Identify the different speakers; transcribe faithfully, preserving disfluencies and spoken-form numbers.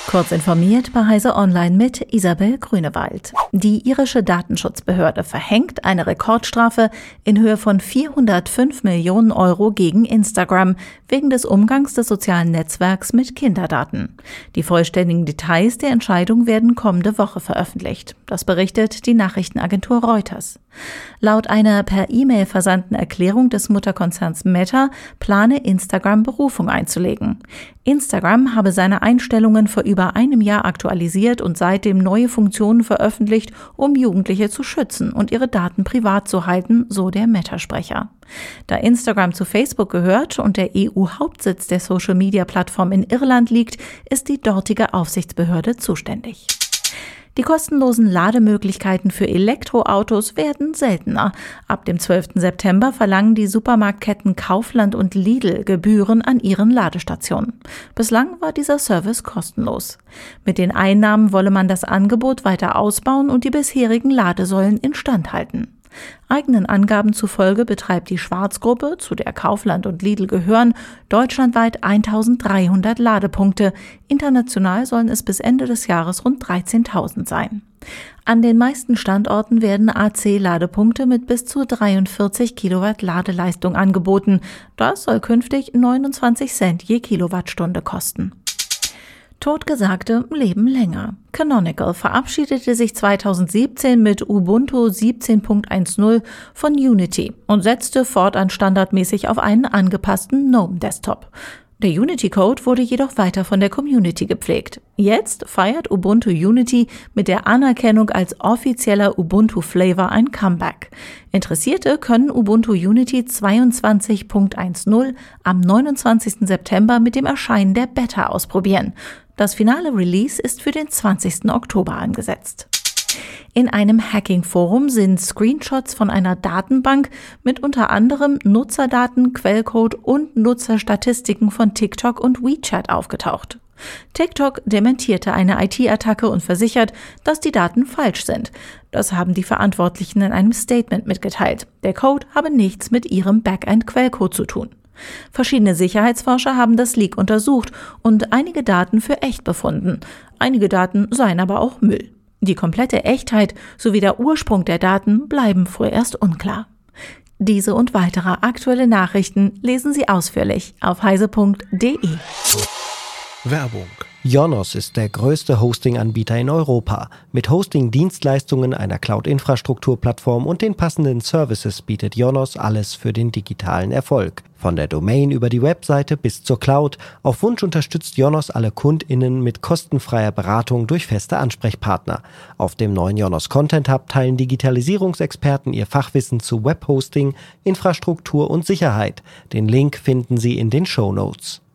Speaker 1: Kurz informiert bei Heise Online mit Isabel Grünewald. Die irische Datenschutzbehörde verhängt eine Rekordstrafe in Höhe von vierhundertfünf Millionen Euro gegen Instagram wegen des Umgangs des sozialen Netzwerks mit Kinderdaten. Die vollständigen Details der Entscheidung werden kommende Woche veröffentlicht. Das berichtet die Nachrichtenagentur Reuters. Laut einer per E-Mail versandten Erklärung des Mutterkonzerns Meta plane Instagram Berufung einzulegen. Instagram habe seine Einstellungen vor über einem Jahr aktualisiert und seitdem neue Funktionen veröffentlicht, um Jugendliche zu schützen und ihre Daten privat zu halten, so der Meta-Sprecher. Da Instagram zu Facebook gehört und der E U-Hauptsitz der Social-Media-Plattform in Irland liegt, ist die dortige Aufsichtsbehörde zuständig. Die kostenlosen Lademöglichkeiten für Elektroautos werden seltener. Ab dem zwölften September verlangen die Supermarktketten Kaufland und Lidl Gebühren an ihren Ladestationen. Bislang war dieser Service kostenlos. Mit den Einnahmen wolle man das Angebot weiter ausbauen und die bisherigen Ladesäulen instand halten. Eigenen Angaben zufolge betreibt die Schwarz-Gruppe, zu der Kaufland und Lidl gehören, deutschlandweit eintausenddreihundert Ladepunkte. International sollen es bis Ende des Jahres rund dreizehntausend sein. An den meisten Standorten werden A C-Ladepunkte mit bis zu dreiundvierzig Kilowatt Ladeleistung angeboten. Das soll künftig neunundzwanzig Cent je Kilowattstunde kosten. Totgesagte leben länger. Canonical verabschiedete sich zweitausendsiebzehn mit Ubuntu siebzehn Punkt eins null von Unity und setzte fortan standardmäßig auf einen angepassten GNOME-Desktop. Der Unity-Code wurde jedoch weiter von der Community gepflegt. Jetzt feiert Ubuntu Unity mit der Anerkennung als offizieller Ubuntu-Flavor ein Comeback. Interessierte können Ubuntu Unity zweiundzwanzig Punkt eins null am neunundzwanzigsten September mit dem Erscheinen der Beta ausprobieren. Das finale Release ist für den zwanzigsten Oktober angesetzt. In einem Hacking-Forum sind Screenshots von einer Datenbank mit unter anderem Nutzerdaten, Quellcode und Nutzerstatistiken von TikTok und WeChat aufgetaucht. TikTok dementierte eine I T-Attacke und versichert, dass die Daten falsch sind. Das haben die Verantwortlichen in einem Statement mitgeteilt. Der Code habe nichts mit ihrem Backend-Quellcode zu tun. Verschiedene Sicherheitsforscher haben das Leak untersucht und einige Daten für echt befunden. Einige Daten seien aber auch Müll. Die komplette Echtheit sowie der Ursprung der Daten bleiben vorerst unklar. Diese und weitere aktuelle Nachrichten lesen Sie ausführlich auf heise punkt de.
Speaker 2: Werbung. Yonos ist der größte Hosting-Anbieter in Europa. Mit Hosting-Dienstleistungen, einer Cloud-Infrastrukturplattform und den passenden Services bietet Yonos alles für den digitalen Erfolg. Von der Domain über die Webseite bis zur Cloud. Auf Wunsch unterstützt Yonos alle KundInnen mit kostenfreier Beratung durch feste Ansprechpartner. Auf dem neuen Yonos Content Hub teilen Digitalisierungsexperten ihr Fachwissen zu Webhosting, Infrastruktur und Sicherheit. Den Link finden Sie in den Shownotes.